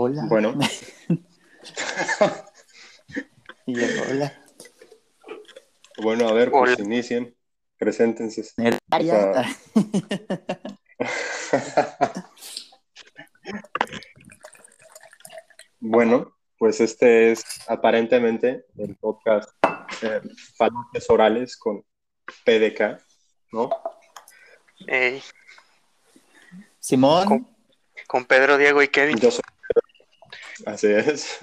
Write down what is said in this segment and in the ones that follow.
hola. Bueno. Y yo, hola. Bueno, a ver, pues Hola. inicien, preséntense. Nerdaria. Bueno, pues este es aparentemente el podcast Falacias Orales con PDK, ¿no? Ey, Simón. con Pedro, Diego y Kevin. Yo soy... Así es.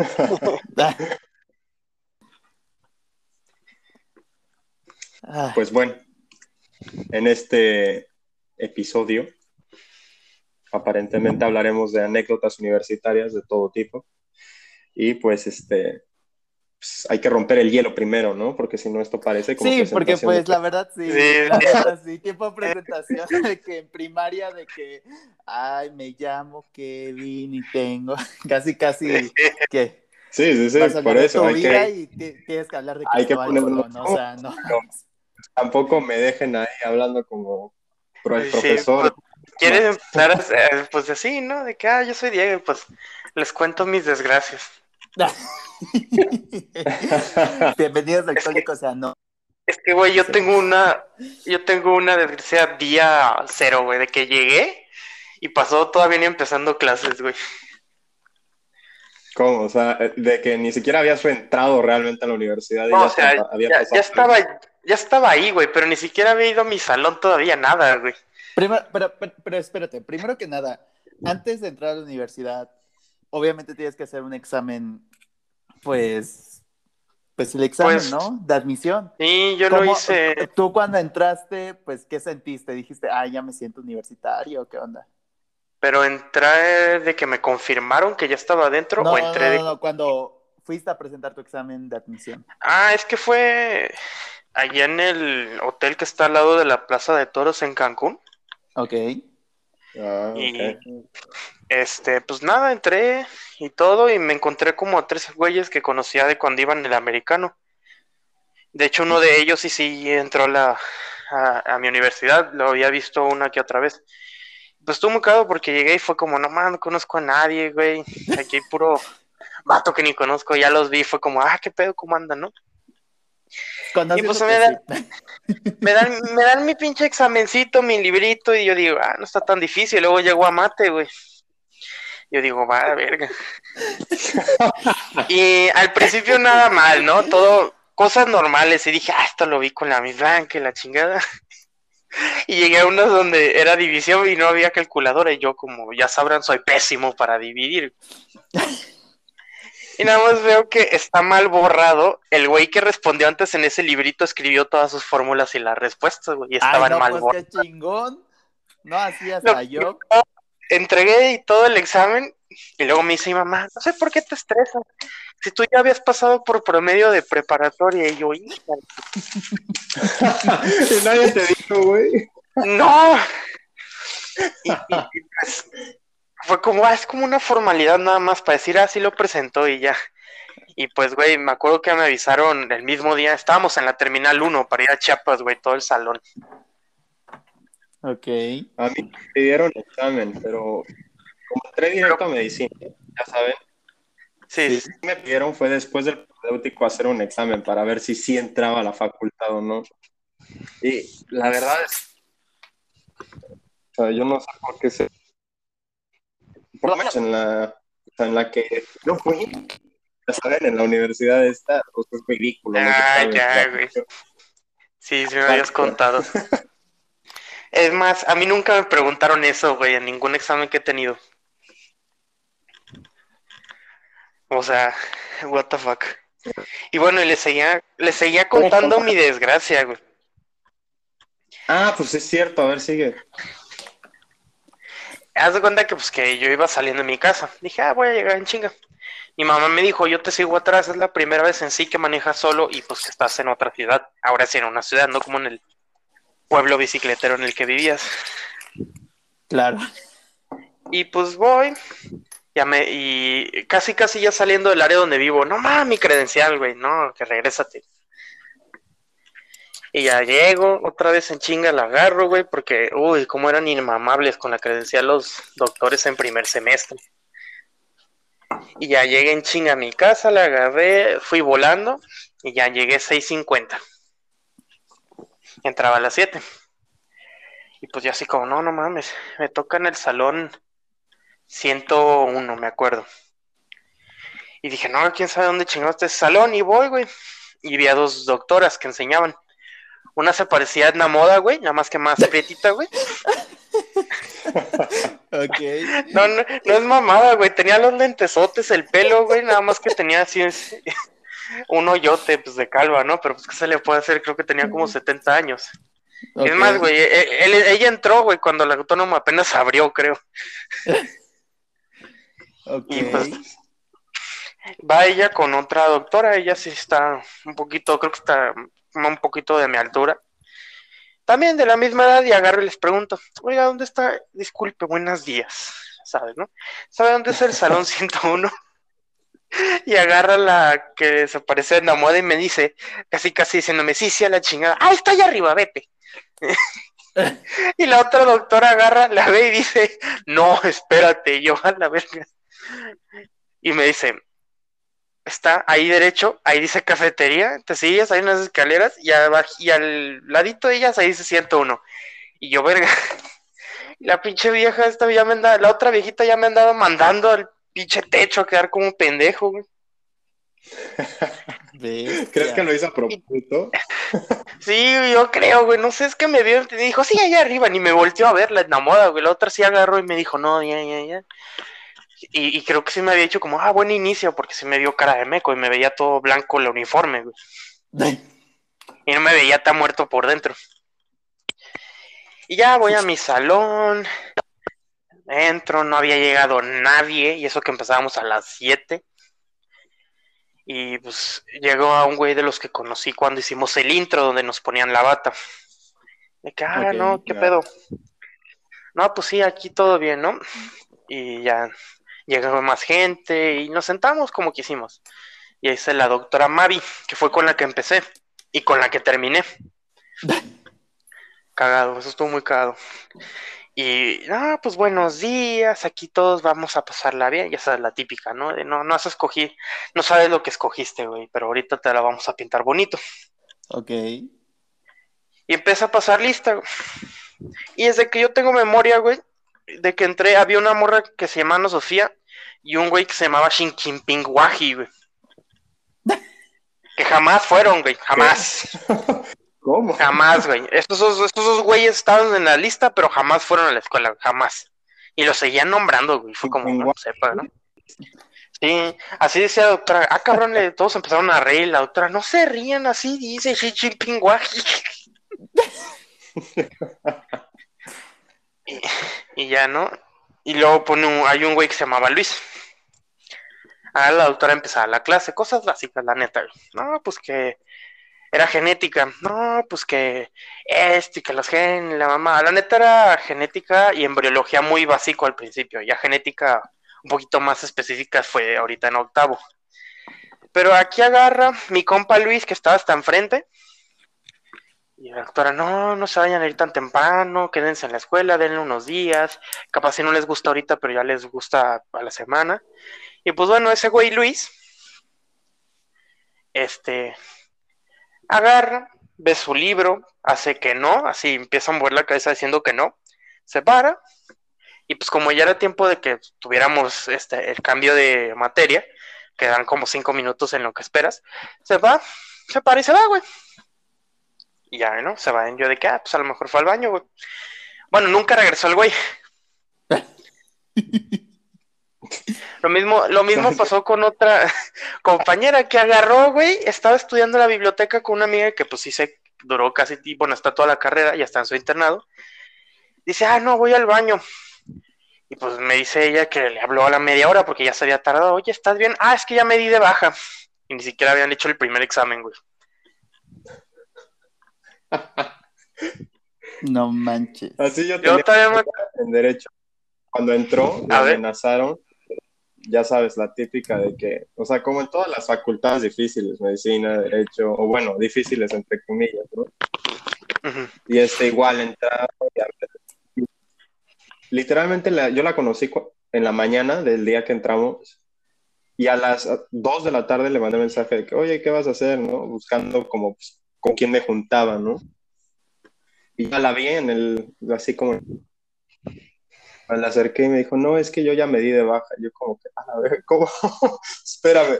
Pues bueno, en este episodio aparentemente hablaremos de anécdotas universitarias de todo tipo y pues pues, hay que romper el hielo primero, ¿no? Porque si no esto parece como Sí, porque presentación de... pues la verdad sí, Sí. la neta sí, tiempo de presentación de que en primaria de que, ay, me llamo Kevin y tengo, casi que Sí, vas a por hablar de eso tu vida y tienes que hablar de hay que Cristóbal ponernos Colón, o sea, no. pero tampoco me dejen ahí hablando como el Sí, profesor. pues, ¿quieres empezar pues así, ¿no? De que, yo soy Diego, pues les cuento mis desgracias. Bienvenidos Es que, alcohólicos, o sea, no. güey, yo tengo una desgracia día cero, güey, de que llegué y pasó todavía ni empezando clases, güey. ¿Cómo? O sea, de que ni siquiera habías entrado realmente a la universidad y No, ya o sea, había ya pasado. estaba ahí, güey, pero ni siquiera había ido a mi salón todavía, nada, güey. Pero espérate, primero que nada, antes de entrar a la universidad, obviamente tienes que hacer un examen, pues el examen, Pues, ¿no? De admisión. sí, yo lo ¿Cómo, hice, tú cuando entraste, pues, qué sentiste? ¿Dijiste, ya me siento universitario? ¿Qué onda? pero entré de que me confirmaron que ya estaba adentro o entré de... No, cuando fuiste a presentar tu examen de admisión. Es que fue allá en el hotel que está al lado de la Plaza de Toros en Cancún. Ok. Ok. Y pues nada, entré y todo y me encontré como a 3 güeyes que conocía de cuando iban en el americano. De hecho, uno de ellos sí entró a mi universidad, lo había visto una que otra vez. Pues estuvo muy cagado porque llegué y fue como, no man, no conozco a nadie, güey. Aquí hay puro vato que ni conozco, ya los vi, fue como, qué pedo, ¿cómo andan, no? Y pues Conociéndote, sí. me dan mi pinche examencito, mi librito, y yo digo, no está tan difícil. Luego llegó a mate, güey. Yo digo, va, verga. Y al principio nada mal, ¿no? Todo, cosas normales. Y dije, esto lo vi con la Miss Blanca y la chingada. Y llegué a unos donde era división y no había calculadora. Y yo, como ya sabrán, soy pésimo para dividir. Y nada más veo que está mal borrado. El güey que respondió antes en ese librito escribió todas sus fórmulas y las respuestas, güey. Y Ay, estaban no, mal pues borradas. qué chingón. No, así Lo hasta yo. entregué y todo el examen. Y luego me dice mi mamá, no sé por qué te estresas. Si tú ya habías pasado por promedio de preparatoria. Y yo, hija. Y nadie te dijo, güey. No. Y pues fue como, es como una formalidad nada más para decir, sí lo presentó y ya. Y pues, güey, me acuerdo que me avisaron el mismo día, estábamos en la Terminal 1 para ir a Chiapas, güey, todo el salón. Ok. A mí me dieron examen, pero como entré directo a medicina, ya saben, Sí, Sí. me pidieron fue después del propedéutico hacer un examen para ver si sí entraba a la facultad o no. Y la verdad es, o sea, yo no sé por qué por lo menos en la que yo fui, ya saben, en la universidad esta, pues es ridículo los exámenes. ya, güey. Sí, me habías contado. Es más, a mí nunca me preguntaron eso, güey, en ningún examen que he tenido. O sea, what the fuck. Y bueno, y le seguía contando mi desgracia, güey. Pues es cierto, a ver, sigue. Haz de cuenta que pues que yo iba saliendo de mi casa. Dije, voy a llegar en chinga. Mi mamá me dijo, yo te sigo atrás, es la primera vez en sí que manejas solo y pues que estás en otra ciudad. Ahora sí en una ciudad, no como en el pueblo bicicletero en el que vivías. Claro. Y pues voy, y casi ya saliendo del área donde vivo, no mames, mi credencial, güey, no, que regrésate. Y ya llego, otra vez en chinga la agarro, güey, porque, cómo eran inmamables con la credencial los doctores en primer semestre. Y ya llegué en chinga a mi casa, la agarré, fui volando y ya llegué 6:50. Entraba a las 7. Y pues ya así como, no mames, me toca en el salón 101, me acuerdo. Y dije, no, quién sabe dónde chingados está ese salón. Y voy, güey. Y vi a 2 doctoras que enseñaban. Una se parecía a Edna Moda, güey, nada más que más prietita, güey. Ok. No es mamada, güey. Tenía los lentesotes, el pelo, güey, nada más que tenía así un hoyote, pues, de calva, ¿no? Pero pues, ¿qué se le puede hacer? Creo que tenía como 70 años. Ok. Es más, güey, ella entró, güey, cuando la autónoma apenas abrió, creo. Ok. Y pues va ella con otra doctora, ella sí está un poquito, creo que está un poquito de mi altura. También de la misma edad, y agarro y les pregunto, oiga, ¿dónde está? Disculpe, buenos días, ¿sabes, no? ¿Sabe dónde es el salón 101? Y agarra la que se parece a la moda y me dice, casi diciéndome, sí, a la chingada, ¡ah, está allá arriba, vete! Y la otra doctora agarra, la ve y dice, no, espérate, yo a la verga. Y me dice, está ahí derecho, ahí dice cafetería, te sigues, hay unas escaleras, y al ladito de ellas ahí dice 101. Y yo, verga, la pinche vieja esta ya me andaba, la otra viejita ya me andaba mandando al pinche techo a quedar como un pendejo, güey. ¿Crees que lo hizo a propósito? Sí, yo creo, güey, no sé, es que me vio y me dijo, sí, allá arriba, ni me volteó a ver, la enamorada, güey, la otra sí agarró y me dijo, no, ya. Y creo que sí me había dicho como, buen inicio, porque sí me dio cara de meco y me veía todo blanco el uniforme, güey. Y no me veía tan muerto por dentro. Y ya voy a mi salón, entro, no había llegado nadie, y eso que empezábamos a las 7. Y pues llegó a un güey de los que conocí cuando hicimos el intro, donde nos ponían la bata. De que, Ok, no, ¿qué pedo? No, pues sí, aquí todo bien, ¿no? Y ya llegó más gente y nos sentamos como quisimos. Y ahí está la doctora Mavi, que fue con la que empecé y con la que terminé. Cagado, eso estuvo muy cagado. Y, pues buenos días, aquí todos vamos a pasarla bien, ya sabes, la típica, ¿no? De no has escogido, no sabes lo que escogiste, güey, pero ahorita te la vamos a pintar bonito. Ok. Y empieza a pasar lista, güey. Y desde que yo tengo memoria, güey, de que entré, había una morra que se llamaba Ana Sofía y un güey que se llamaba Shinkimping Wahi, güey. Que jamás fueron, güey, jamás. ¿Cómo? Jamás, güey. Estos dos güeyes estaban en la lista, pero jamás fueron a la escuela, jamás. Y los seguían nombrando, güey. Fue como, no sepa, ¿no? Sí, así decía la doctora. Cabrón, todos empezaron a reír. La doctora, no se rían, así dice Xi Jinping Wahi. y ya, ¿no? Y luego hay un güey que se llamaba Luis. La doctora empezaba la clase, cosas básicas, la neta. No, pues que era genética. No, pues que y que los genes, la mamá. La neta era genética y embriología muy básico al principio. Ya genética un poquito más específica fue ahorita en octavo. Pero aquí agarra mi compa Luis, que estaba hasta enfrente. Y la doctora, no se vayan a ir tan temprano, quédense en la escuela, denle unos días. Capaz si no les gusta ahorita, pero ya les gusta a la semana. Y pues bueno, ese güey Luis, agarra, ve su libro, hace que no, así empieza a mover la cabeza diciendo que no, se para, y pues como ya era tiempo de que tuviéramos el cambio de materia, quedan como 5 minutos en lo que esperas, se va, se para y se va, güey. Y ya, ¿no? Se va en yo de que, pues a lo mejor fue al baño, güey. Bueno, nunca regresó el güey. Lo mismo pasó con otra compañera que agarró, güey, estaba estudiando en la biblioteca con una amiga que pues sí se duró casi, bueno, está toda la carrera, ya está en su internado. Dice, no, voy al baño. Y pues me dice ella que le habló a la media hora porque ya se había tardado. Oye, ¿estás bien? Es que ya me di de baja. Y ni siquiera habían hecho el primer examen, güey. No manches. Así yo todavía en derecho. Cuando entró, le amenazaron. Ya sabes, la típica de que, o sea, como en todas las facultades difíciles, medicina, derecho, o bueno, difíciles entre comillas, ¿no? Uh-huh. Y igual entraba, literalmente yo la conocí en la mañana del día que entramos, Y a las 2 de la tarde le mandé mensaje de que, oye, ¿qué vas a hacer? ¿No? Buscando como pues, con quién me juntaba, ¿no? Y ya la vi así como, me la acerqué y me dijo, no, es que yo ya me di de baja. Yo como que, a ver, ¿cómo? Espérame.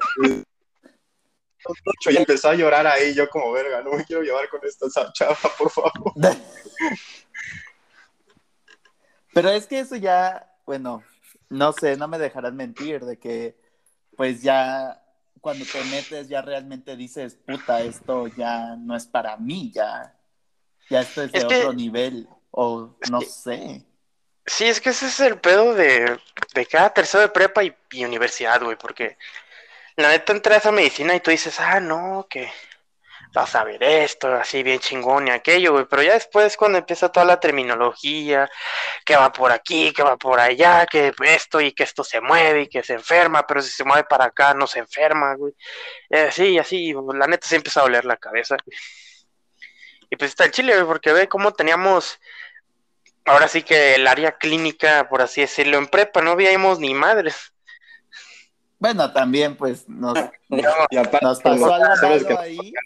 Y empezó a llorar ahí, yo como, verga, no me quiero llevar con esta chava, por favor. Pero es que eso ya, bueno, no sé, no me dejarán mentir de que pues ya cuando te metes ya realmente dices, puta, esto ya no es para mí, ya esto es Es de otro que, nivel, o no sé. sí, es que ese es el pedo de cada tercero de prepa y universidad, güey, porque la neta entras a medicina y tú dices, no, que vas a ver esto, así bien chingón y aquello, güey, pero ya después cuando empieza toda la terminología, que va por aquí, que va por allá, que esto y que esto se mueve y que se enferma, pero si se mueve para acá no se enferma, güey. Y así, la neta se empieza a doler la cabeza. Y pues está el chile, güey, porque ve cómo teníamos, ahora sí que el área clínica, por así decirlo, en prepa, no veíamos ni madres. Bueno, también pues Y aparte, nos pasó algo sabes malo que ahí.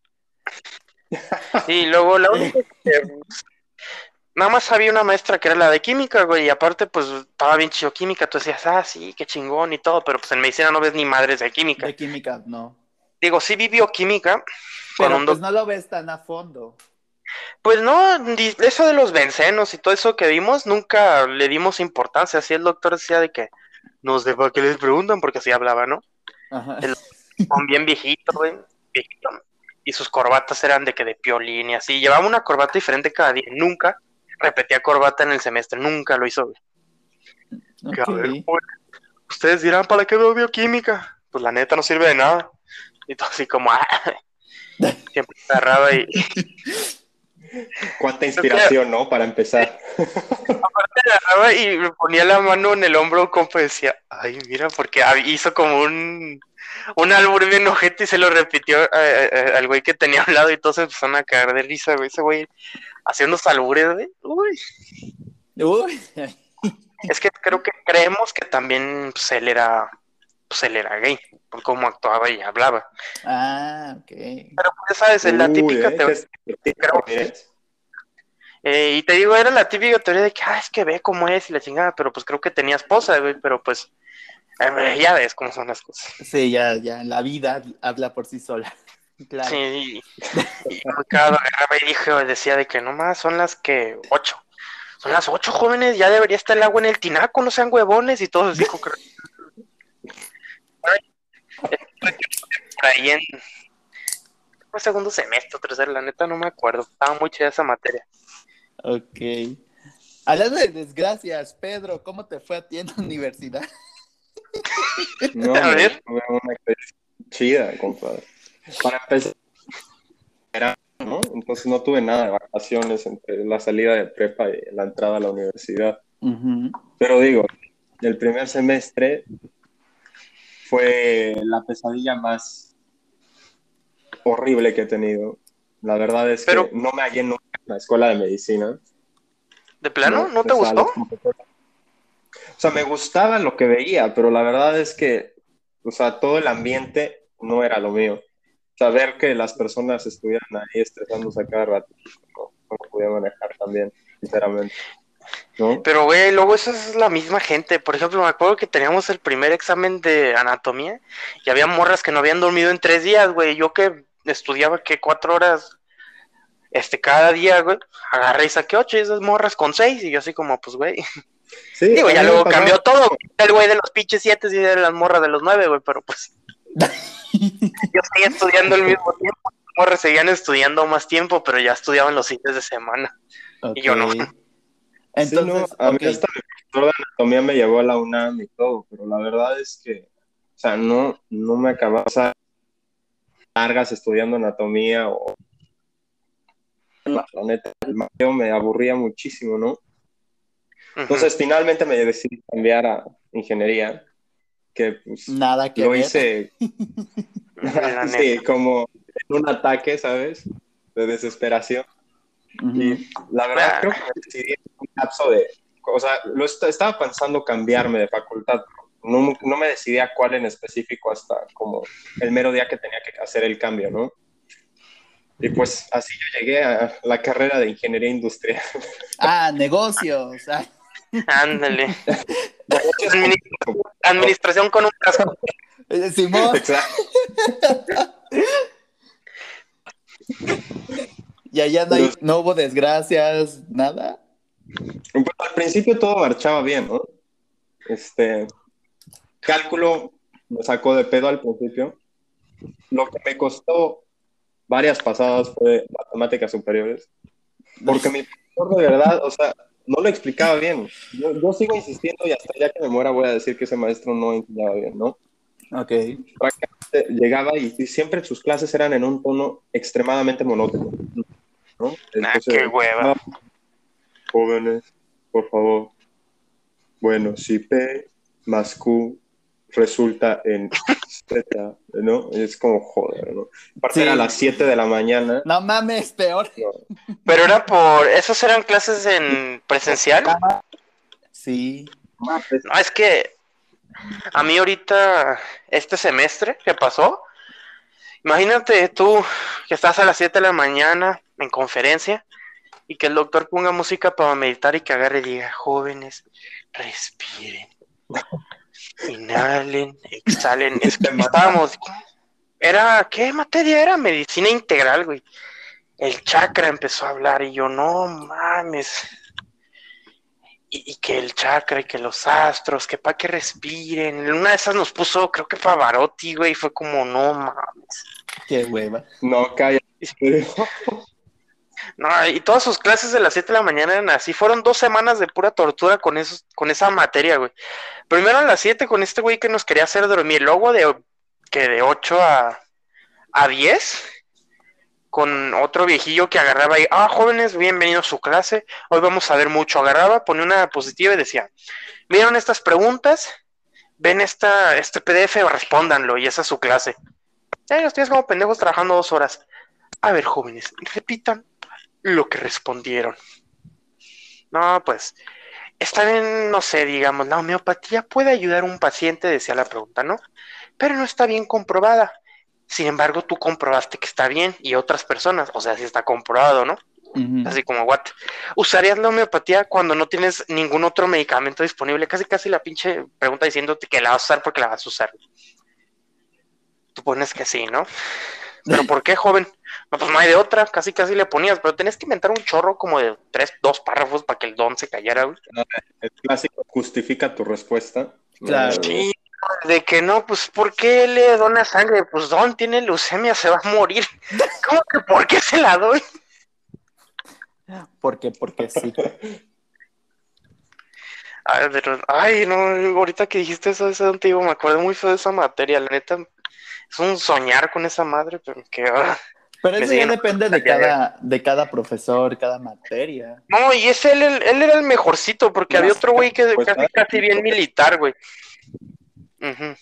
Sí, luego la única que nada más había una maestra que era la de química, güey, y aparte, pues, estaba bien chido química, tú decías, sí, qué chingón y todo, pero pues en medicina no ves ni madres de química. De química, no. Digo, sí vivió química con Pero un pues doctor. no lo ves tan a fondo. Pues no, eso de los bencenos y todo eso que vimos, nunca le dimos importancia, así el doctor decía de que, no sé para qué les preguntan, porque así hablaba, ¿no? Ajá. El doctor bien viejito, güey, viejito, y sus corbatas eran de que de piolín y así, llevaba una corbata diferente cada día, nunca repetía corbata en el semestre, nunca lo hizo, güey. Que Ok. a ver, güey, ustedes dirán, ¿para qué veo bioquímica? Pues la neta no sirve de nada. Y todo así como, siempre agarraba y cuánta inspiración, ¿no? Para empezar. agarraba y me ponía la mano en el hombro, compa, y decía, ay, mira, porque hizo como un albur bien ojete y se lo repitió al güey que tenía al lado y todos se empezaron a caer de risa, güey, ese güey hacía unos albures, güey, uy. Uy. Es que creo que creemos que también pues él era gay, por cómo actuaba y hablaba. Ah, ok. Pero pues, ya sabes, es la típica ¿Qué teoría, es? creo, y te digo, era la típica teoría de que, es que ve cómo es y la chingada, pero pues creo que tenía esposa, güey, pero pues ya ves cómo son las cosas. Sí, ya, la vida habla por sí sola. Sí, Claro. y cada agarraba y decía de que nomás son las que 8. Son las 8, jóvenes, ya debería estar el agua en el tinaco, no sean huevones y todos así como que por ahí en segundo semestre, tercero, la neta no me acuerdo. Estaba muy chida esa materia. Ok. Hablando de desgracias, Pedro, ¿cómo te fue a ti en la universidad? No, A me ver, tuve una experiencia chida, compadre. Para empezar, ¿no? Entonces no tuve nada de vacaciones entre la salida de prepa y la entrada a la universidad. Ujú. Pero digo, el primer semestre fue la pesadilla más horrible que he tenido. La verdad es pero que no me hallé nunca en la escuela de medicina, de plano, ¿no? ¿no O te sea, gustó? o sea, me gustaba lo que veía, pero la verdad es que, o sea, todo el ambiente no era lo mío. Saber que las personas estuvieran ahí estresándose a cada rato, no lo podía manejar también, sinceramente, ¿no? Pero, güey, luego esa es la misma gente. Por ejemplo, me acuerdo que teníamos el primer examen de anatomía y había morras que no habían dormido en 3 días, güey. Yo que estudiaba que 4 horas cada día, güey, agarré y saqué 8 y esas morras con 6 y yo así como, pues, güey. Sí, Digo, a ya mí me luego pasaba. cambió todo. El güey de los pinches 7 y de las morras de los 9, güey, pero pues yo seguía estudiando al mismo tiempo. Las morras seguían estudiando más tiempo, pero ya estudiaban los fines de semana. Y Ok. yo no. Sí, no, Entonces, a mí ok. hasta mi profesor de anatomía me llevó a la UNAM y todo, pero la verdad es que, o sea, no me acababa, o sea, largas estudiando anatomía o la neta, el mareo me aburría muchísimo, ¿no? Ujú. Entonces, finalmente me decidí cambiar a ingeniería, que pues Nada que lo ver. hice, La neta. sí, como en un ataque, ¿sabes? De desesperación. Y Ujú. la verdad creo que me decidí en un lapso de, o sea, estaba pensando cambiarme de facultad. no me decidí a cuál en específico hasta como el mero día que tenía que hacer el cambio, ¿no? Y pues así yo llegué a la carrera de ingeniería industrial. Negocios. Ándale. Administración con un casco. Simón. Exacto. Y allá no hubo desgracias, nada. Pues al principio todo marchaba bien, ¿no? Cálculo me sacó de pedo al principio. Lo que me costó varias pasadas fue matemáticas superiores, porque mi profesor de verdad, o sea, no lo explicaba bien. Yo sigo insistiendo y hasta ya que me muera voy a decir que ese maestro no enseñaba bien, ¿no? Ok. Prácticamente llegaba y siempre sus clases eran en un tono extremadamente monótono, ¿no? Entonces, Qué hueva. Jóvenes, por favor. Bueno, si P más Q resulta en Z, ¿no? Es como joder, ¿no? Aparte era a las 7 de la mañana. No mames, peor. No. Pero era ¿esos eran clases en presencial? Sí. No, es que a mí ahorita, este semestre que pasó, imagínate tú que estás a las 7 de la mañana en conferencia y que el doctor ponga música para meditar y que agarre y diga, jóvenes, respiren, inhalen, exhalen. Es que estábamos, ¿qué materia era? Medicina integral, güey. El chakra empezó a hablar y yo, no mames. Y que el chakra y que los astros, que para que respiren. En una de esas nos puso, creo que Pavarotti, güey, y fue como, no mames. Qué hueva. No, cállate. No, y todas sus clases de las 7 de la mañana eran así. Fueron 2 semanas de pura tortura con esa materia, güey. Primero a las 7 con este güey que nos quería hacer dormir. Luego de 8 a 10 con otro viejillo que agarraba y, jóvenes, bienvenidos a su clase. Hoy vamos a ver mucho. Agarraba, ponía una diapositiva y decía, ¿vieron estas preguntas? Ven este PDF, respóndanlo, y esa es su clase. Los tíos como pendejos trabajando 2 horas. A ver, jóvenes, repitan lo que respondieron. No, pues, está bien, no sé, digamos, la homeopatía puede ayudar a un paciente, decía la pregunta, ¿no? Pero no está bien comprobada. Sin embargo, tú comprobaste que está bien y otras personas, o sea, sí está comprobado, ¿no? Uh-huh. Así como, ¿what? ¿Usarías la homeopatía cuando no tienes ningún otro medicamento disponible? Casi la pinche pregunta diciéndote que la vas a usar porque la vas a usar. Tú pones que sí, ¿no? ¿Pero por qué, joven? No, pues no hay de otra, casi le ponías, pero tenés que inventar un chorro como de 2 párrafos para que el don se callara, güey. El clásico justifica tu respuesta. Claro. Sí, de que no, pues ¿por qué le dona sangre? Pues don tiene leucemia, se va a morir. ¿Cómo que por qué se la doy? Porque sí. Ay, no, ahorita que dijiste eso, te digo, me acuerdo muy feo de esa materia, la neta, es un soñar con esa madre, pero que... Pero eso ya depende de cada profesor, cada materia. No, y él era el mejorcito, porque había otro güey que casi bien militar, güey. Uh-huh.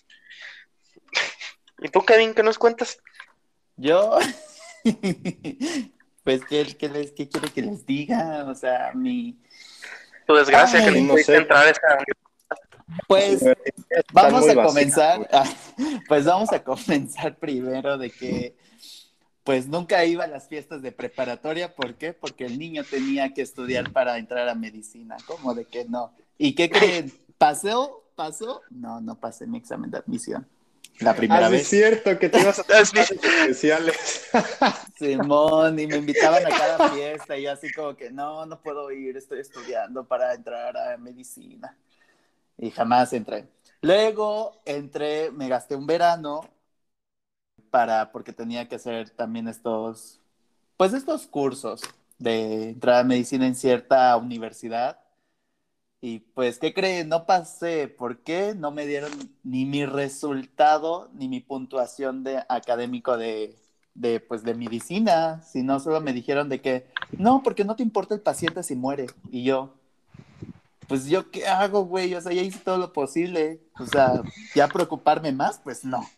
¿Y tú, Kevin, qué nos cuentas? Yo, pues, ¿qué quiere que les diga? O sea, Tu desgracia que no pudiste entrar a esa... Pues vamos a comenzar. Pues vamos a comenzar primero de que pues nunca iba a las fiestas de preparatoria. ¿Por qué? Porque el niño tenía que estudiar para entrar a medicina. ¿Cómo de que no? ¿Y qué creen? ¿Pasó? No pasé mi examen de admisión. La primera vez. Es cierto que te ibas a hacer clases especiales. Simón, y me invitaban a cada fiesta y yo así como que no puedo ir, estoy estudiando para entrar a medicina. Y jamás entré. Luego me gasté un verano porque tenía que hacer también estos cursos de entrar a medicina en cierta universidad. Y pues, ¿qué creen? No pasé. ¿Por qué? No me dieron ni mi resultado ni mi puntuación académico de medicina, sino solo me dijeron de que no, porque no te importa el paciente si muere. Y yo, pues yo qué hago, güey, o sea, ya hice todo lo posible, o sea, ya preocuparme más, pues no.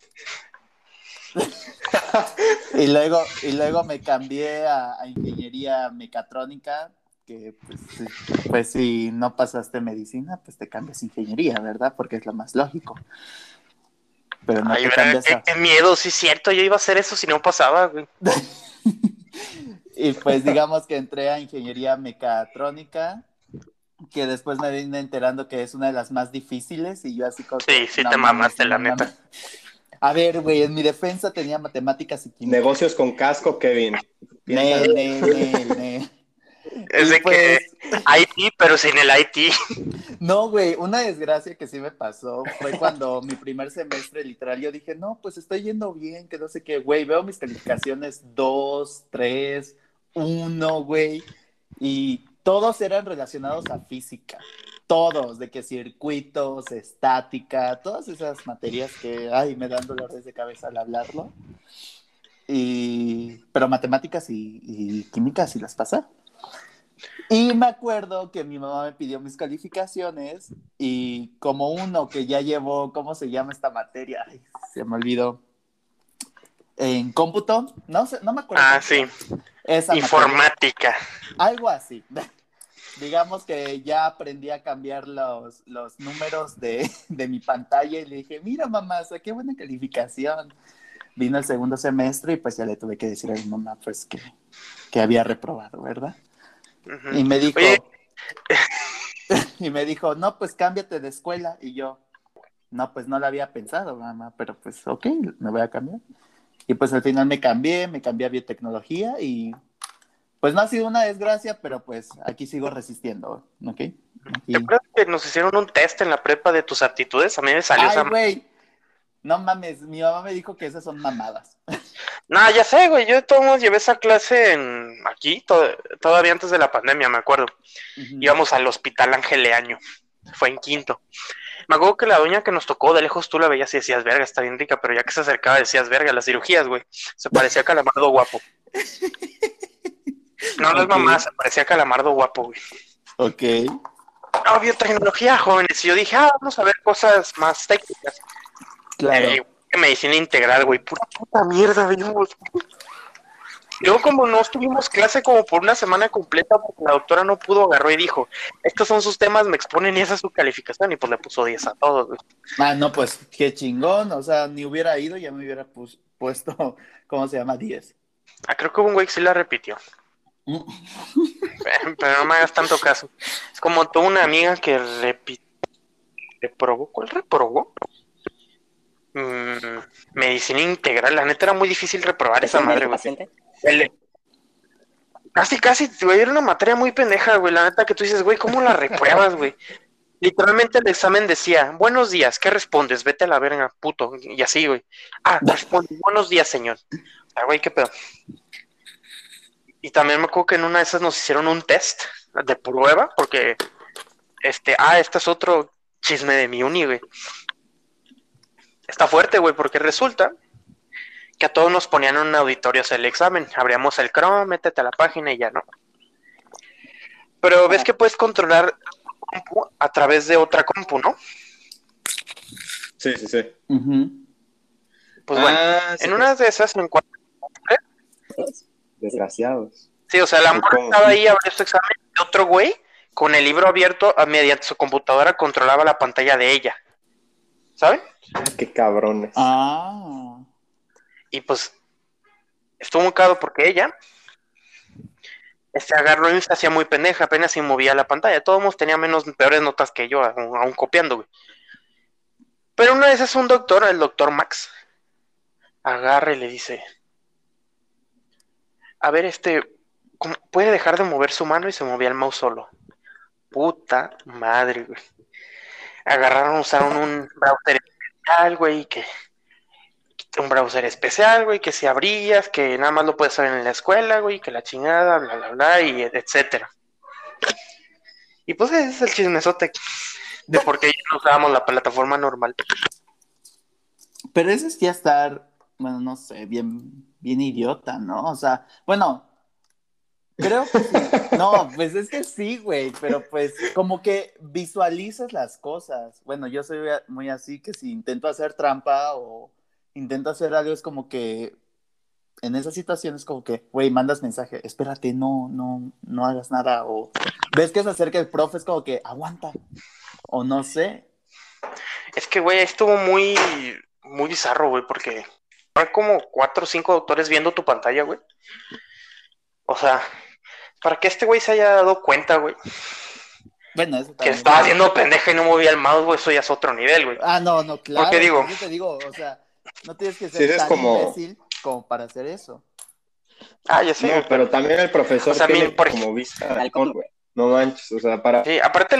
y luego me cambié a ingeniería mecatrónica, que pues si no pasaste medicina, pues te cambias a ingeniería, ¿verdad? Porque es lo más lógico. Pero no Ay, te verga, cambias qué miedo, sí es cierto, yo iba a hacer eso si no pasaba, güey. Y pues digamos que entré a ingeniería mecatrónica, que después me vine enterando que es una de las más difíciles y yo así como que, Sí no te mames, mamaste, la no neta. mames. A ver, güey, en mi defensa tenía matemáticas y química. Negocios con casco, Kevin. Piensa. Ne. Es Y de que pues, IT, pero sin el IT. no, güey, una desgracia que sí me pasó fue cuando mi primer semestre, literal, yo dije, no, pues estoy yendo bien, que no sé qué, güey, veo mis calificaciones 2, 3, 1, güey, y todos eran relacionados a física, todos, de que circuitos, estática, todas esas materias que, ay, me dan dolores de cabeza al hablarlo, pero matemáticas y química sí las pasé. Y me acuerdo que mi mamá me pidió mis calificaciones y como uno que ya llevó, ¿cómo se llama esta materia? Ay, se me olvidó. En cómputo, no sé, no me acuerdo Ah, cómo se sí, llama. Esa materia, informática. algo así. Digamos que ya aprendí a cambiar los números de mi pantalla y le dije, mira mamá, saqué buena calificación. Vino el segundo semestre y pues ya le tuve que decir a mi mamá pues que había reprobado, ¿verdad? Ujú. Y me Oye, dijo, no, pues cámbiate de escuela. Y yo, no, pues no lo había pensado, mamá, pero pues ok, me voy a cambiar. Y pues al final me cambié a biotecnología y pues no ha sido una desgracia, pero pues aquí sigo resistiendo, ¿ok? ¿te Aquí. acuerdas que nos hicieron un test en la prepa de tus aptitudes? A mí me salió Ay, esa. güey, no mames, mi mamá me dijo que esas son mamadas. No, ya sé, güey. Yo de todos modos llevé esa clase aquí, todavía antes de la pandemia, me acuerdo. Uh-huh. Íbamos al hospital Ángel Leaño. Fue en quinto. Me acuerdo que la doña que nos tocó de lejos tú la veías y decías, verga, está bien rica, pero ya que se acercaba decías, verga, las cirugías, güey. Se parecía a Calamardo guapo. No, no es Ok, mamá, se parecía a Calamardo guapo, güey. ok, No, biotecnología, jóvenes. Y yo dije, vamos a ver cosas más técnicas. claro. Medicina integral, güey. Pura puta mierda, vimos. Luego, como no tuvimos clase como por una semana completa, porque la doctora no pudo, agarró y dijo, estos son sus temas, me exponen y esa es su calificación, y pues le puso 10 a todos, güey. Ah, no, pues qué chingón, o sea, ni hubiera ido, ya me hubiera puesto, ¿cómo se llama? 10. Creo que hubo un güey que sí la repitió, pero no me hagas tanto caso. Es como tuve una amiga que reprobó, ¿cuál reprobó? Medicina integral, la neta era muy difícil reprobar esa ¿Es el madre, médico güey. paciente? Casi, güey, era una materia muy pendeja, güey, la neta que tú dices, güey, ¿cómo la repruebas, güey? Literalmente el examen decía, buenos días, ¿qué respondes? Vete a la verga, puto. Y así, güey. Responde, buenos días, señor. Güey, qué pedo. Y también me acuerdo que en una de esas nos hicieron un test de prueba, porque, este es otro chisme de mi uni, güey. Está fuerte, güey, porque resulta que a todos nos ponían en un auditorio hacer el examen. Abríamos el Chrome, métete a la página y ya, ¿no? Pero ves que puedes controlar compu a través de otra compu, ¿no? Sí, sí, sí. Uh-huh. Pues bueno, sí, en una de esas, desgraciados. sí, o sea, la ¿Y morra cómo? estaba ahí, abrió su examen, y otro güey, con el libro abierto, mediante su computadora, controlaba la pantalla de ella, ¿saben? Qué cabrones. Ah. Y pues, estuvo muy caro porque ella, agarró y se hacía muy pendeja, apenas se movía la pantalla, todos tenía peores notas que yo, aún copiando, güey. Pero una vez es un doctor, el doctor Max, agarra y le dice, a ver, ¿puede dejar de mover su mano? Y se movía el mouse solo. Puta madre, güey. Usaron un browser especial, güey, que si abrías, que nada más lo puedes hacer en la escuela, güey, que la chingada, bla, bla, bla, y etcétera. Y pues ese es el chismesote de por qué ya no usábamos la plataforma normal. Pero ese es ya estar, bueno, no sé, bien idiota, ¿no? O sea, bueno, creo que sí. No, pues es que sí, güey, pero pues como que visualizas las cosas. Bueno, yo soy muy así que si intento hacer trampa o intento hacer algo es como que en esa situación es como que, güey, mandas mensaje, espérate, no hagas nada, o ves que se acerca el profe, es como que, aguanta, o no sé. Es que, güey, estuvo muy, muy bizarro, güey, porque hay como 4 o 5 doctores viendo tu pantalla, güey. O sea, para que este güey se haya dado cuenta, güey, Bueno, eso que también estaba sí. haciendo pendeja y no movía el mouse, güey, eso ya es otro nivel, güey. No, Porque claro, digo, por eso te digo, o sea, no tienes que Sí, ser es tan como, imbécil como para hacer eso. ya sé, güey, no, pero, pero también el o profesor sea, tiene por como ejemplo, vista de halcón, güey. No manches, o sea, sí, aparte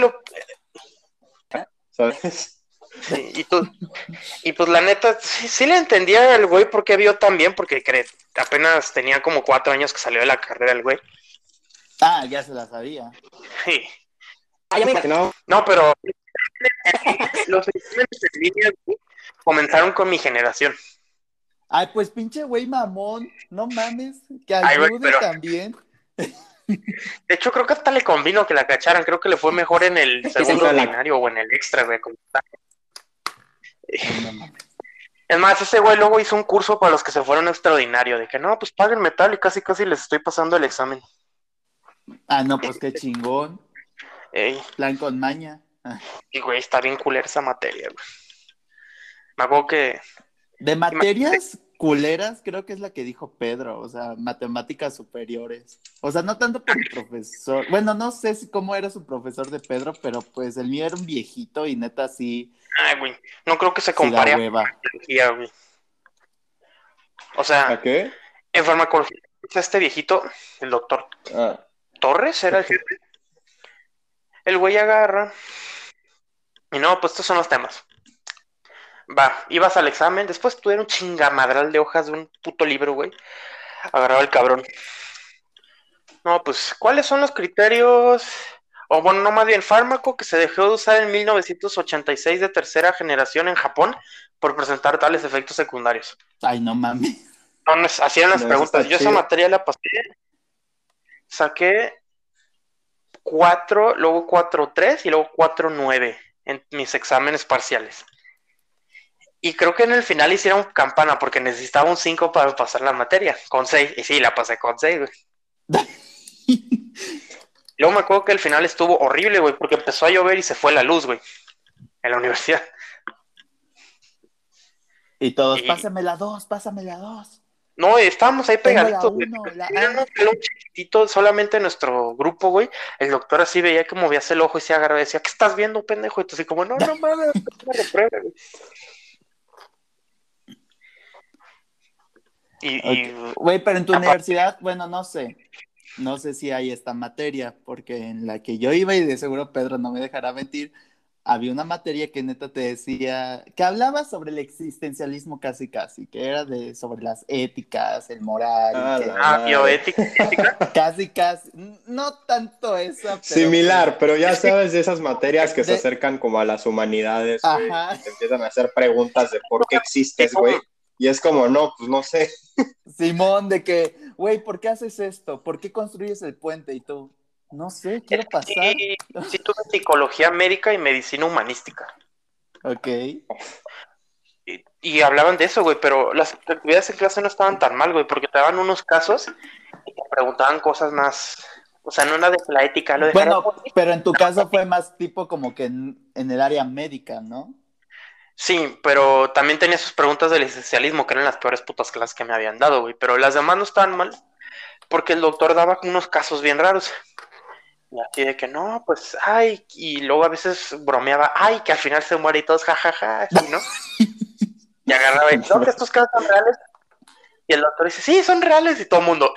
¿sabes? sí, y pues la neta, sí le entendía al güey porque vio tan bien, porque apenas tenía como 4 años que salió de la carrera el güey. Ya se la sabía. Sí. Ya me imaginaba. No, pero los exámenes en línea, güey, comenzaron con mi generación. Ay, pues pinche güey mamón, no mames, que Ay, güey, ayude pero también. de hecho creo que hasta le convino que la cacharan, creo que le fue mejor en el segundo Esa la- ordinario o en el extra, güey. Ay, no mames. Es más, ese güey luego hizo un curso para los que se fueron extraordinario, de que no, pues páguenme tal y casi casi les estoy pasando el examen. No, pues qué chingón. Ey, Plan con maña. y güey, está bien culera esa materia, güey. Me acuerdo que... De Imagínate, materias culeras, creo que es la que dijo Pedro, o sea, matemáticas superiores. O sea, no tanto por el profesor. Bueno, no sé cómo era su profesor de Pedro, pero pues el mío era un viejito y neta ay, güey, no creo que se sí da compare a hueva. biología, güey. O sea, ¿A qué? en farmacología, este viejito, el doctor Ah, Torres era el jefe. El güey agarra y no, pues estos son los temas. Va, ibas al examen, después tuvieron un chingamadral de hojas de un puto libro, güey. Agarraba el cabrón. No, pues, ¿cuáles son los criterios? O bueno, no más bien, fármaco que se dejó de usar en 1986 de tercera generación en Japón por presentar tales efectos secundarios. Ay, no mames. No, así eran las no, eso preguntas. está Yo esa chido. materia la pasé, saqué 4, luego 4.3 y luego 4.9 en mis exámenes parciales. Y creo que en el final hicieron campana porque necesitaba un 5 para pasar la materia, con 6. Y sí, la pasé con 6, güey. Luego me acuerdo que el final estuvo horrible, güey, porque empezó a llover y se fue la luz, güey, en la universidad. Y todos, Y pásame la dos. no, estábamos ahí Tengo la pegaditos, güey. uno, la Teníamos A. un salón chiquitito, solamente nuestro grupo, güey. El doctor así veía que movías el ojo y se agarraba y decía, ¿qué estás viendo, pendejo? Y tú así como, no mames, no reprueba, güey. Y Okay. Güey, pero en tu aparte, universidad, bueno, no sé. No sé si hay esta materia, porque en la que yo iba, y de seguro Pedro no me dejará mentir, había una materia que neta te decía, que hablaba sobre el existencialismo casi casi, que era sobre las éticas, el moral, y que La madre. bioética, ética. casi, no tanto esa, pero pues, Similar, pero ya Es que, sabes de esas materias que se de, acercan como a las humanidades, güey, ajá, y te empiezan a hacer preguntas de por qué existes, tipo, güey, y es como, no, pues no sé. Simón, de que, güey, ¿por qué haces esto? ¿Por qué construyes el puente? Y tú, no sé, es quiero que pasar. sí tuve psicología médica y medicina humanística. Ok. Y hablaban de eso, güey, pero las actividades en clase no estaban tan mal, güey, porque te daban unos casos y te preguntaban cosas más. O sea, no era de que la ética lo dejara. Bueno, pero en tu caso fue más tipo como que en el área médica, ¿no? Sí, pero también tenía sus preguntas del esencialismo, que eran las peores putas clases que me habían dado, güey. Pero las demás no estaban mal, porque el doctor daba unos casos bien raros. Y así de que no, pues, ay, y luego a veces bromeaba, ay, que al final se muere y todos, jajaja, así, ¿no? Y agarraba y, no, que estos casos son reales. Y el doctor dice, sí, son reales, y todo el mundo,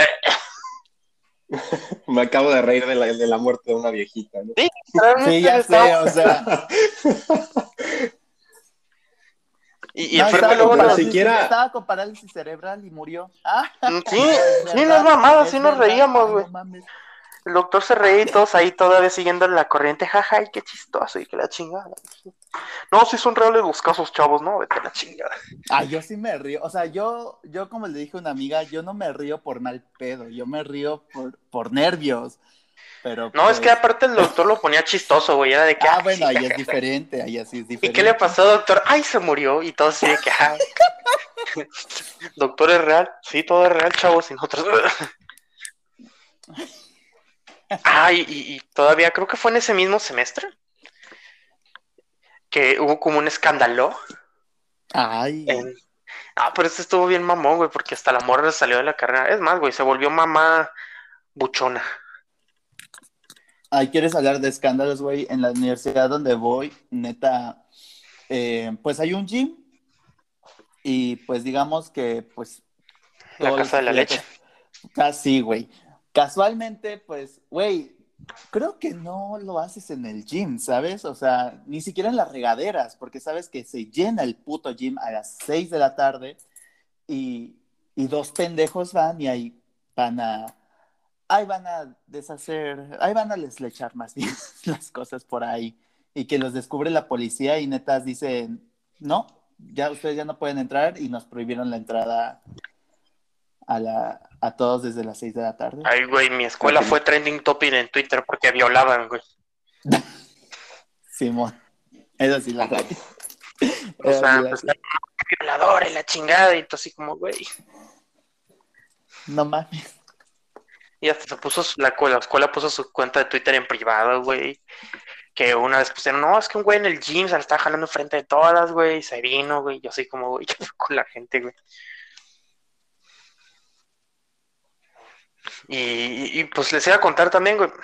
Me acabo de reír de la muerte de una viejita, ¿no? sí, Sí, realmente ya estaba. sé, o sea, Y no, enfrente luego Pero nos. siquiera, estaba con parálisis cerebral y murió. Ah, Sí, sí, no es verdad, mamada, sí nos reíamos, ay, güey. no mames. El doctor se reía y todos ahí todavía siguiendo la corriente, jaja, y qué chistoso, y que la chingada. No, sí son reales los casos, chavos, no, vete a la chingada. Yo sí me río, o sea, yo como le dije a una amiga, yo no me río por mal pedo, yo me río por nervios. Pero No, es que pues... aparte el doctor lo ponía chistoso, güey. Era de que. bueno, sí, ahí es diferente, ahí así es ¿Y diferente. qué le pasó, doctor? ¡Ay, se murió! Y todo así de que. Doctor, ¿es real? Sí, todo es real, chavos. Y nosotros. Y todavía creo que fue en ese mismo semestre que hubo como un escándalo. Ay. Pero este estuvo bien mamón, güey, porque hasta la morra salió de la carrera. Es más, güey, se volvió mamá buchona. Ay, ¿quieres hablar de escándalos, güey? En la universidad donde voy, neta, pues hay un gym y pues digamos que pues La todos los casa de la leche. estudiantes, casi, güey. Casualmente, pues, güey, creo que no lo haces en el gym, ¿sabes? O sea, ni siquiera en las regaderas, porque sabes que se llena el puto gym a las 6 de la tarde y, y dos pendejos van y ahí van a deshacer, ahí van a deslechar más bien las cosas por ahí. Y que los descubre la policía y netas dicen, no, ya ustedes ya no pueden entrar y nos prohibieron la entrada a todos desde las 6 de la tarde. Ay, güey, mi escuela fue trending topic en Twitter porque violaban, güey. Simón, eso sí la sabía. O sea, pues violador y la chingada y todo así como, güey. No mames. Y hasta se puso, la escuela puso su cuenta de Twitter en privado, güey. Que una vez pusieron, no, es que un güey en el gym se la estaba jalando enfrente de todas, güey. Y se vino, güey. Yo así como, güey, ¿qué fue con la gente, güey? Y pues les iba a contar también, güey,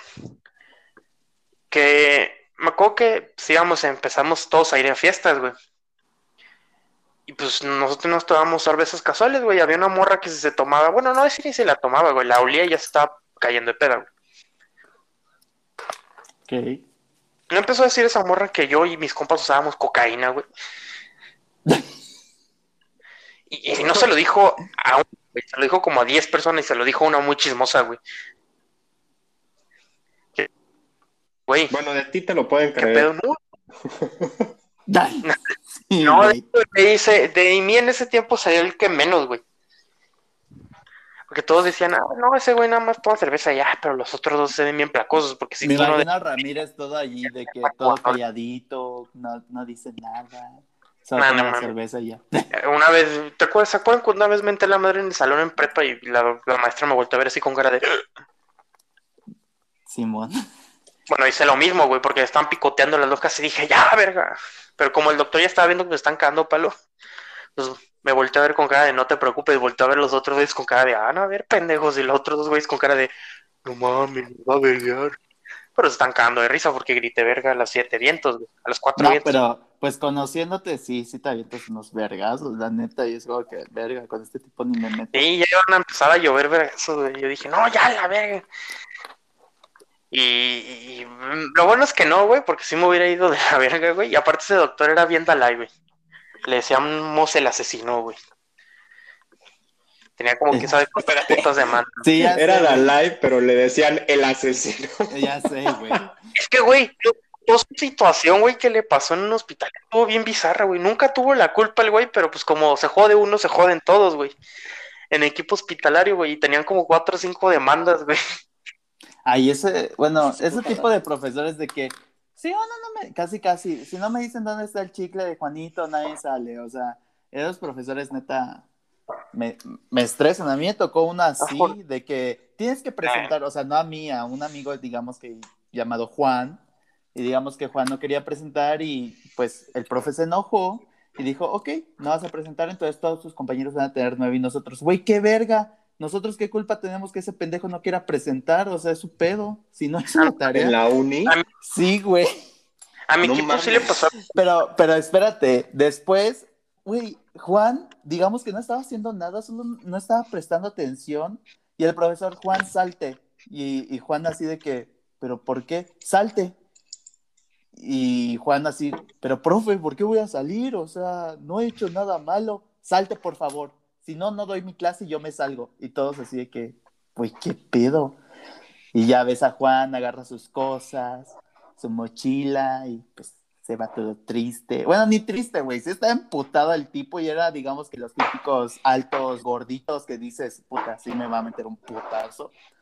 que me acuerdo que pues, empezamos todos a ir a fiestas, güey. Y pues nosotros nos tomábamos cervezas casuales, güey. Había una morra que se tomaba, bueno, no decir si se la tomaba, güey. La olía y ya se estaba cayendo de peda, güey. Ok. No empezó a decir esa morra que yo y mis compas usábamos cocaína, güey. Y no se lo dijo a un, güey, se lo dijo como a 10 personas y se lo dijo a una muy chismosa, güey. Güey, Bueno, de ti te lo pueden ¿qué creer. pedo? No, Sí, no, güey. de mí en ese tiempo salió el que menos, güey. Porque todos decían, no, ese güey nada más toma cerveza ya, pero los otros dos se ven bien placosos, porque si Me tú no... imagino a Ramírez todo allí, de que todo calladito, no dice nada, solo toma la cerveza y ya. Una vez, ¿se acuerdan cuando una vez me entré la madre en el salón en prepa y la maestra me volteó a ver así con cara de... Simón. Bueno, hice lo mismo, güey, porque están picoteando las locas y dije, ya, verga. Pero como el doctor ya estaba viendo que me están cagando palo, pues me volteó a ver con cara de no te preocupes, volteó a ver los otros güeyes con cara de, no, a ver, pendejos, y los otros dos güeyes con cara de, no mames, me va a vergar. Pero se están cagando de risa porque grité verga a las 7 vientos, güey, a los 4 vientos. Pero, pues conociéndote, sí te avientas unos vergazos, la neta, y es como que, verga, con este tipo ni me meto. Sí, ya iban a empezar a llover vergazos, güey. Yo dije, no, ya, la verga. Y lo bueno es que no, güey, porque si me hubiera ido de la verga, güey. Y aparte ese doctor era bien Dalai, güey. Le decíamos el asesino, güey. Tenía como, quién sabe, putas de mano. Sí, ya Era sé, Dalai, pero le decían el asesino. Ya sé, güey. Es que, güey, toda su situación, güey, que le pasó en un hospital estuvo bien bizarra, güey. Nunca tuvo la culpa el güey, pero pues como se jode uno, se joden todos, güey. En equipo hospitalario, güey, y tenían como 4 o 5 demandas, güey. Ay, ese tipo de profesores de que, sí o no, casi, si no me dicen dónde está el chicle de Juanito, nadie sale, o sea, esos profesores neta me estresan. A mí me tocó una así, de que tienes que presentar, o sea, no a mí, a un amigo, digamos que llamado Juan, y digamos que Juan no quería presentar y pues el profe se enojó y dijo, ok, no vas a presentar, entonces todos tus compañeros van a tener 9 y nosotros, güey, qué verga. ¿Nosotros qué culpa tenemos que ese pendejo no quiera presentar? O sea, es su pedo. Si no hizo la tarea. ¿En la uni? Sí, güey. A mi equipo sí le pasó. Pero espérate, después, güey, Juan, digamos que no estaba haciendo nada, solo no estaba prestando atención. Y el profesor, Juan, salte. Y Juan así de que, ¿pero por qué? Salte. Y Juan así, pero profe, ¿por qué voy a salir? O sea, no he hecho nada malo. Salte, por favor. Si no, no doy mi clase y yo me salgo. Y todos así de que, pues, ¿qué pedo? Y ya ves a Juan, agarra sus cosas, su mochila y pues se va todo triste. Bueno, ni triste, güey. Sí está emputado el tipo y era, digamos, que los típicos altos gorditos que dices, puta, sí me va a meter un putazo.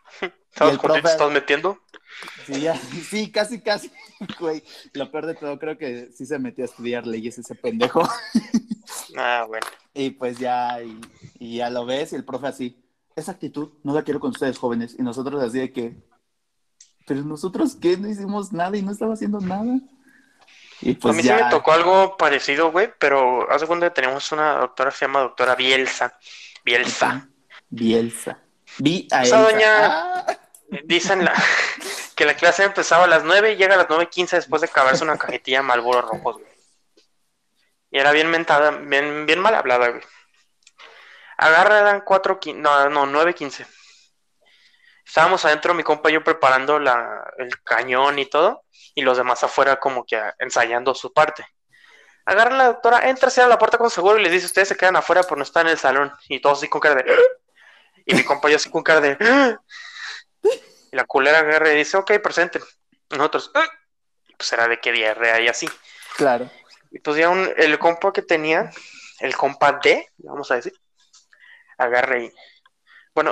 ¿Estabas el contento? profe- ¿Estás metiendo? Sí, sí, casi, güey. Lo peor de todo, creo que sí se metió a estudiar leyes ese pendejo. Ah, bueno. Y pues y ya lo ves, y el profe así, esa actitud no la quiero con ustedes, jóvenes. Y nosotros así de que, pero nosotros qué, no hicimos nada y no estaba haciendo nada. Y A pues mí sí me ya, tocó algo parecido, güey, pero hace cuenta que teníamos una doctora que se llama doctora Bielsa. ok, Bielsa. Bielsa. Vi a Esa Elsa. doña, ¡Ah! dicen que la clase empezaba a las 9 y llega a las 9:15 después de acabarse una cajetilla de Marlboro rojos, güey. Y era bien mentada, bien mal hablada, güey. Agarra, eran 4:15, no, 9:15. Estábamos adentro, mi compa y yo preparando el cañón y todo, y los demás afuera como que ensayando su parte. Agarra la doctora, entra, cierra la puerta con seguro y les dice, ustedes se quedan afuera por no estar en el salón. Y todos así con cara de... Y mi compa y yo así con cara de... Y la culera agarra y dice, ok, presenten. Nosotros... Pues era de que diarrea y así. Claro. Y pues ya el compa que tenía, el compa D, vamos a decir, agarra y... Bueno,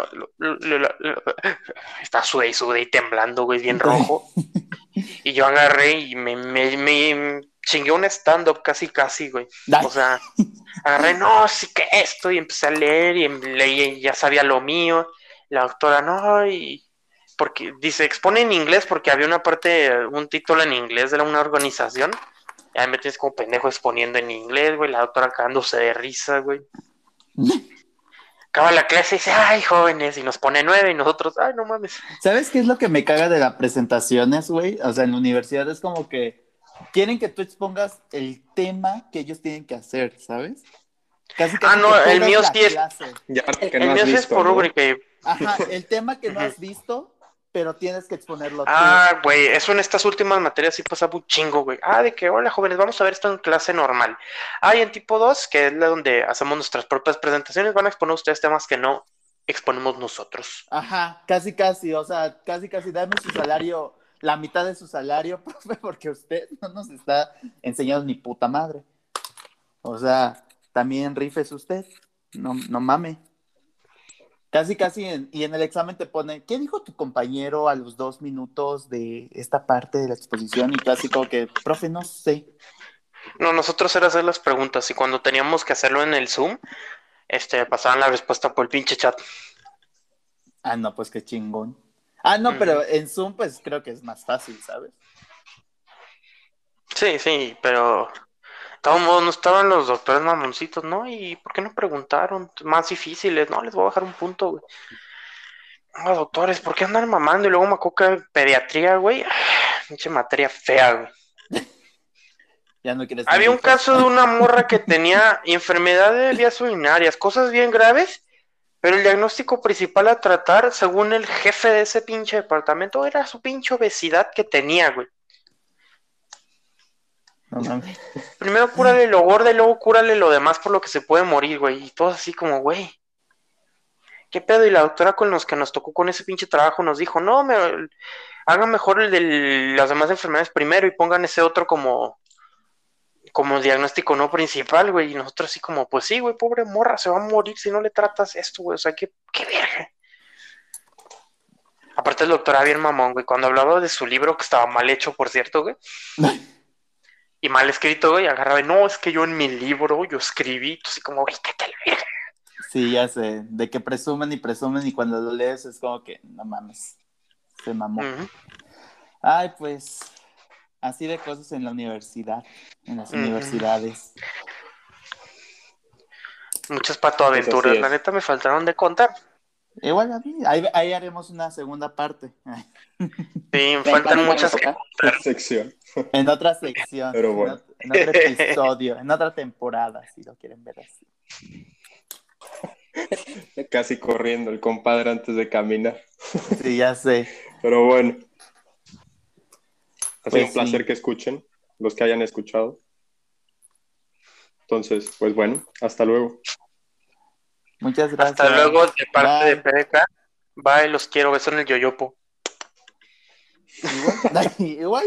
está sude y temblando, güey, bien rojo. Y yo agarré y me chingué un stand-up casi, güey. O sea, agarré, no, sí que esto, y empecé a leer y leí, y ya sabía lo mío. La doctora, no, y porque dice, expone en inglés porque había una parte, un título en inglés de una organización. Y ahí me tienes como pendejo exponiendo en inglés, güey. La doctora cagándose de risa, güey. Acaba la clase y dice, ay, jóvenes, y nos pone 9 y nosotros, ay, no mames. ¿Sabes qué es lo que me caga de las presentaciones, güey? O sea, en la universidad es como que quieren que tú expongas el tema que ellos tienen que hacer, ¿sabes? Casi No, que tú el des mío la sí es. clase. Ya que El no mío has sí es visto, por ¿no? rúbrica. Ajá, el tema que no has visto, pero tienes que exponerlo tú. Güey, eso en estas últimas materias sí pasaba un chingo, güey. De que, hola, jóvenes, vamos a ver esto en clase normal. Y en tipo 2, que es la donde hacemos nuestras propias presentaciones, van a exponer ustedes temas que no exponemos nosotros. Ajá, o sea, casi, dame su salario, la mitad de su salario, profe, porque usted no nos está enseñando ni puta madre. O sea, también rifes usted, no mame. Casi, y en el examen te pone, ¿qué dijo tu compañero a los 2 minutos de esta parte de la exposición? Y clásico que, profe, no sé. No, nosotros era hacer las preguntas y cuando teníamos que hacerlo en el Zoom, pasaban la respuesta por el pinche chat. No, pues qué chingón. No, pero en Zoom pues creo que es más fácil, ¿sabes? Sí, pero de todos modos no estaban los doctores mamoncitos, ¿no? ¿Y por qué no preguntaron? Más difíciles, ¿no? Les voy a bajar un punto, güey. Doctores, ¿por qué andan mamando? Y luego me acuerdo que pediatría, güey. Pinche materia fea, güey. Ya no quieres Había un hijos. caso de una morra que tenía enfermedad de vías urinarias, cosas bien graves, pero el diagnóstico principal a tratar, según el jefe de ese pinche departamento, era su pinche obesidad que tenía, güey. No mames. Primero cúrale lo gordo y luego cúrale lo demás por lo que se puede morir, güey. Y todo así como, güey. ¿Qué pedo? Y la doctora con los que nos tocó con ese pinche trabajo nos dijo, no, hagan mejor el de las demás enfermedades primero y pongan ese otro como diagnóstico no principal, güey. Y nosotros así como, pues sí, güey, pobre morra, se va a morir si no le tratas esto, güey. O sea, qué verga. Aparte el doctor era bien mamón, güey. Cuando hablaba de su libro, que estaba mal hecho, por cierto, güey. Y mal escrito, güey, agarraba, no, es que yo en mi libro, yo escribí, así como, güey, qué tal verga. Sí, ya sé, de que presumen y cuando lo lees es como que, no mames, se mamó. Ay, pues, así de cosas en la universidad, en las universidades. Muchas patoaventuras, Pues la neta me faltaron de contar. Igual a mí, ahí haremos una segunda parte. Sí, faltan muchas sección. En otra sección, pero bueno. en otro episodio, en otra temporada, si lo quieren ver así. Casi corriendo el compadre antes de caminar. Sí, ya sé. Pero bueno. Ha sido Pues un placer que escuchen, los que hayan escuchado. Entonces, pues bueno, hasta luego. Muchas gracias. Hasta luego de parte Bye. de PDK. Bye, los quiero, beso en el yoyopo. Igual.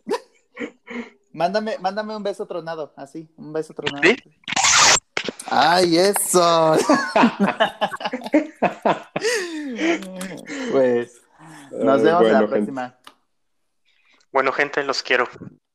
Mándame un beso tronado, así, un beso tronado. ¿Sí? ¡Ay, eso! Pues Nos vemos en la Bueno, gente. próxima. Bueno, gente, los quiero.